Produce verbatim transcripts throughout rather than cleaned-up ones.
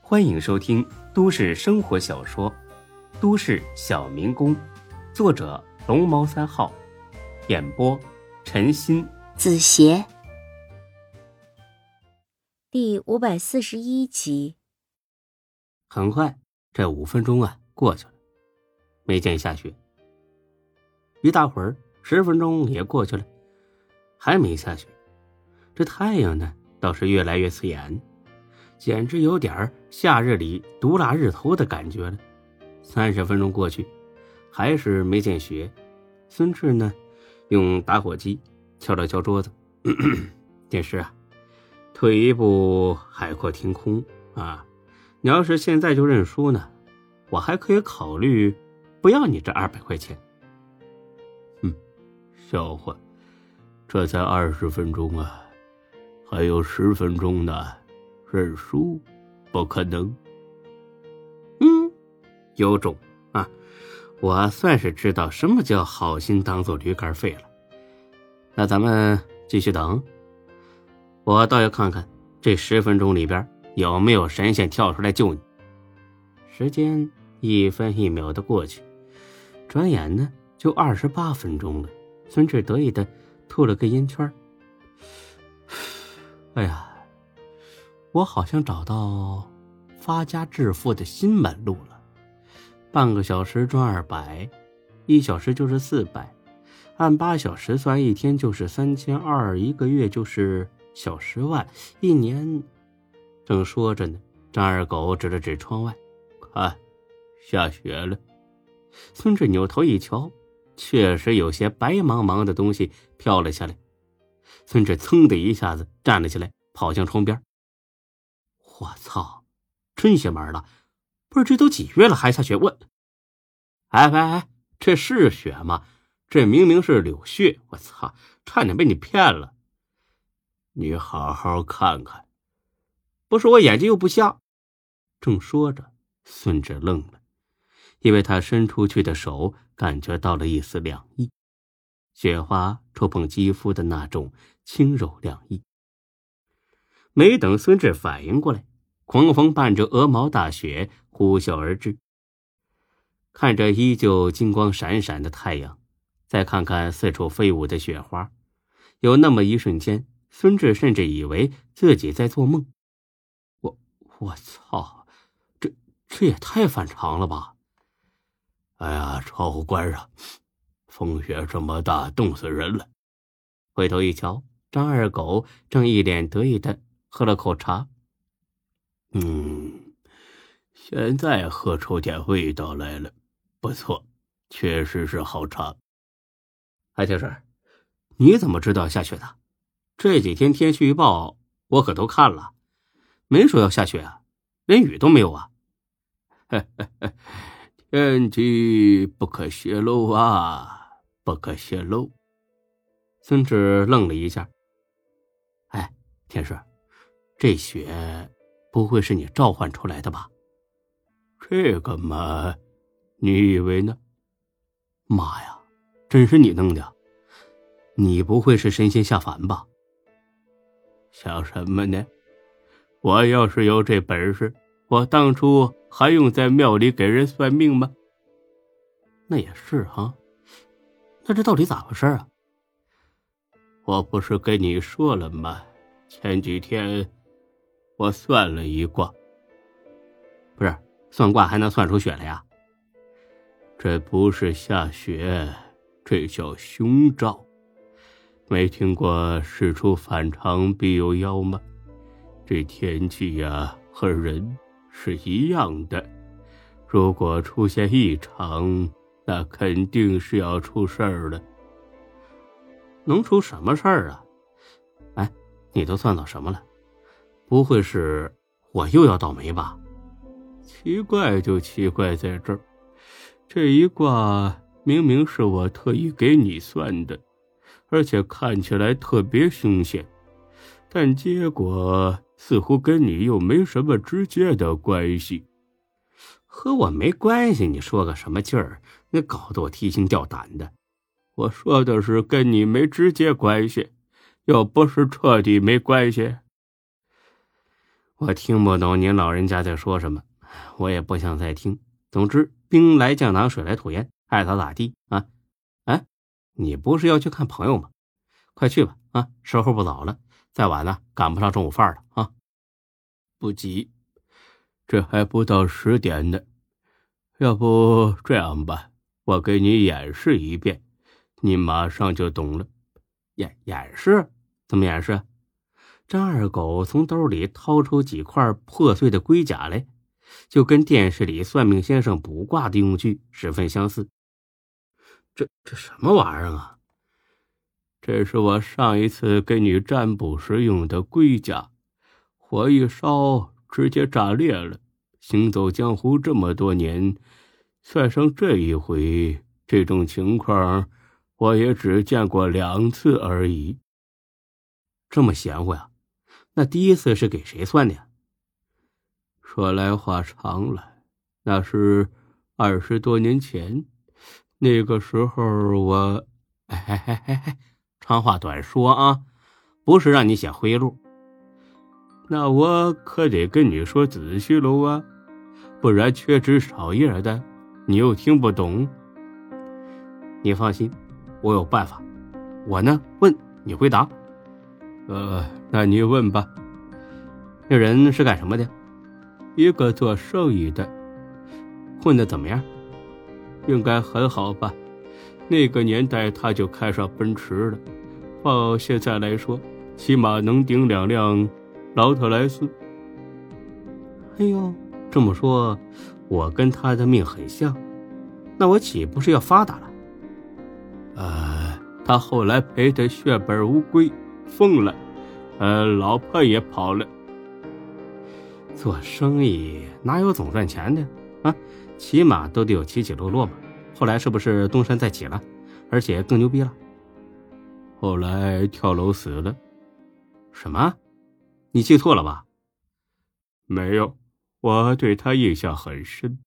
欢迎收听都市生活小说《都市小民工》，作者龙猫三号，演播陈鑫、 子邪，第五百四十一集。 很快，这五分钟啊过去了，没见下雪。一大会儿，十分钟也过去了，还没下雪。这太阳呢，倒是越来越刺眼，简直有点夏日里毒辣日头的感觉了。三十分钟过去，还是没见雪。孙志呢，用打火机敲了敲桌子，咳咳电视啊，退一步海阔天空啊！你要是现在就认输呢，我还可以考虑不要你这二百块钱。 嗯，笑话，这才二十分钟啊，还有十分钟呢，认输不可能。 嗯，有种啊！我算是知道什么叫好心当做驴肝肺了。那咱们继续等，我倒要看看这十分钟里边有没有神仙跳出来救你。时间一分一秒的过去，转眼呢就二十八分钟了。孙志得意的吐了个烟圈。哎呀，我好像找到发家致富的新门路了。半个小时赚二百，一小时就是四百，按八小时算，一天就是三千二，一个月就是小十万，一年……正说着呢，张二狗指了指窗外， 看，下雪了。 孙志扭头一瞧，确实有些白茫茫的东西飘了下来。孙志噌的一下子站了起来，跑向窗边。我操，真邪门了！不是这都几月了还下雪？我……哎哎哎，这是雪吗？这明明是柳絮！我操，差点被你骗了。 你好好看看。 不是我眼睛又不瞎。正说着，孙志愣了，因为他伸出去的手感觉到了一丝凉意，雪花触碰肌肤的那种轻柔凉意。没等孙志反应过来，狂风伴着鹅毛大雪呼啸而至。看着依旧金光闪闪的太阳，再看看四处飞舞的雪花，有那么一瞬间，孙志甚至以为自己在做梦。我我操，这这也太反常了吧！ 哎呀，窗户关上，风雪这么大，冻死人了。 回头一瞧，张二狗正一脸得意的喝了口茶。 嗯，现在喝出点味道来了，不错，确实是好茶。 哎，天水，你怎么知道下雪的？这几天天气预报我可都看了，没说要下雪啊，连雨都没有啊。 天机不可泄露啊，不可泄露。 孙志愣了一下。哎，天水，这雪不会是你召唤出来的吧？ 这个嘛，你以为呢？ 妈呀，真是你弄的！你不会是神仙下凡吧？ 想什么呢？我要是有这本事，我当初还用在庙里给人算命吗？ 那也是哈。那这到底咋回事啊？ 我不是跟你说了吗？前几天我算了一卦。 不是，算卦还能算出雪来呀？ 这不是下雪，这叫凶兆。没听过事出反常必有妖吗？这天气呀，和人是一样的，如果出现异常，那肯定是要出事儿了。 能出什么事儿啊？哎，你都算到什么了？不会是我又要倒霉吧？ 奇怪就奇怪在这儿，这一卦明明是我特意给你算的，而且看起来特别凶险，但结果似乎跟你又没什么直接的关系。 和我没关系，你说个什么劲儿？那搞得我提心吊胆的。 我说的是跟你没直接关系，又不是彻底没关系。 我听不懂您老人家在说什么，我也不想再听。总之，兵来将挡，水来土掩，爱咋咋地啊！哎，你不是要去看朋友吗？快去吧啊！时候不早了，再晚呢赶不上中午饭了啊！ 不急，这还不到十点呢。要不这样吧，我给你演示一遍，你马上就懂了。 演演示？怎么演示？张二狗从兜里掏出几块破碎的龟甲来，就跟电视里算命先生卜卦的用具十分相似。这这什么玩意儿啊？ 这是我上一次给你占卜时用的龟甲，火一烧直接炸裂了。行走江湖这么多年，算上这一回，这种情况我也只见过两次而已。 这么邪乎呀？那第一次是给谁算的呀？ 说来话长了，那是二十多年前，那个时候我…… 哎哎哎哎哎，长话短说啊，不是让你写回路。 那我可得跟你说仔细喽啊，不然缺枝少叶的，你又听不懂。 你放心，我有办法。我呢问，你回答。 呃，那你问吧。 那人是干什么的？ 一个做生意的。 混得怎么样？ 应该很好吧。那个年代他就开上奔驰了，到现在来说，起码能顶两辆劳特莱斯。 哎呦，这么说，我跟他的命很像，那我岂不是要发达了？ 呃，他后来赔得血本无归，疯了，呃，老婆也跑了。 做生意哪有总赚钱的啊？起码都得有起起落落嘛。后来是不是东山再起了，而且更牛逼了？ 后来跳楼死了。 什么？你记错了吧？ 没有，我对他印象很深。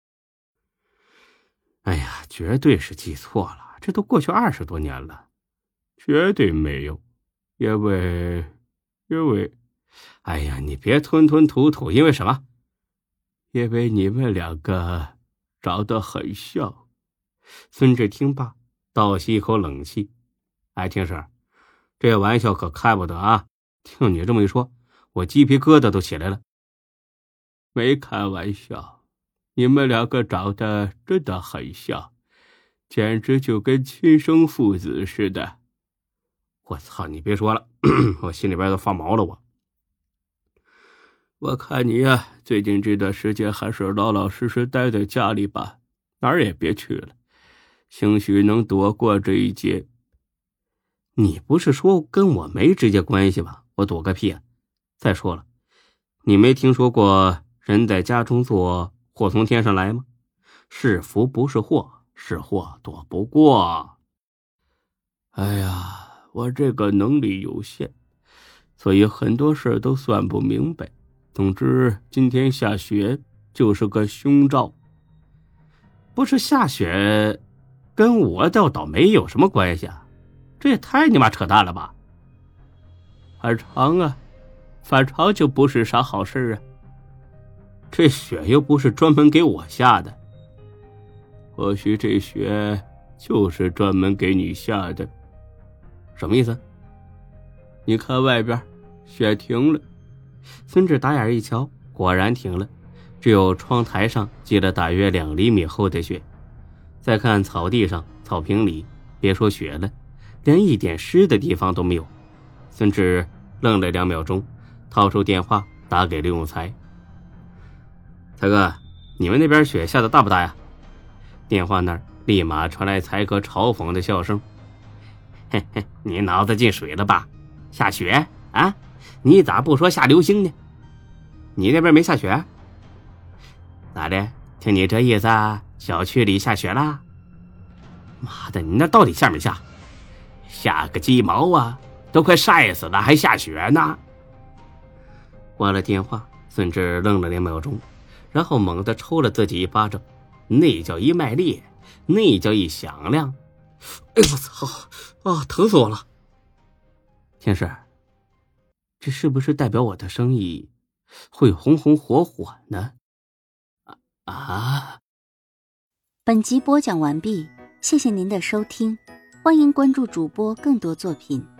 哎呀，绝对是记错了，这都过去二十多年了。 绝对没有，因为因为哎呀，你别吞吞吐吐，因为什么？ 因为你们两个长得很像。 孙志听罢，倒吸一口冷气。哎，听婶，这玩笑可开不得啊！听你这么一说，我鸡皮疙瘩都起来了。 没开玩笑，你们两个长得真的很像，简直就跟亲生父子似的。 我操，你别说了，我心里边都发毛了。我我看你呀、啊，最近这段时间还是老老实实待在家里吧，哪儿也别去了，兴许能躲过这一劫。 你不是说跟我没直接关系吧？我躲个屁啊！再说了，你没听说过人在家中坐，祸从天上来吗？是福不是祸，是祸躲不过。 哎呀，我这个能力有限，所以很多事都算不明白。总之，今天下雪就是个凶兆。 不是下雪，跟我掉倒霉有什么关系啊？这也太你妈扯淡了吧！ 反常啊，反常就不是啥好事啊。 这雪又不是专门给我下的， 或许这雪就是专门给你下的。 什么意思？ 你看外边，雪停了。 孙志打眼一瞧，果然停了，只有窗台上积了大约两厘米厚的雪。再看草地上、草坪里，别说雪了，连一点湿的地方都没有。孙志愣了两秒钟，掏出电话打给刘永才。才哥，你们那边雪下的大不大呀？电话那儿立马传来才哥嘲讽的笑声。嘿嘿，你脑子进水了吧？下雪啊？你咋不说下流星呢？你那边没下雪？咋的？听你这意思，小区里下雪啦？妈的，你那到底下没下？下个鸡毛啊！都快晒死了，还下雪呢！挂了电话，孙志愣了两秒钟，然后猛地抽了自己一巴掌，那叫一卖力，那叫一响亮。哎我操！啊，疼死我了！天使，这是不是代表我的生意会红红火火呢？啊啊！ 本集播讲完毕，谢谢您的收听，欢迎关注主播更多作品。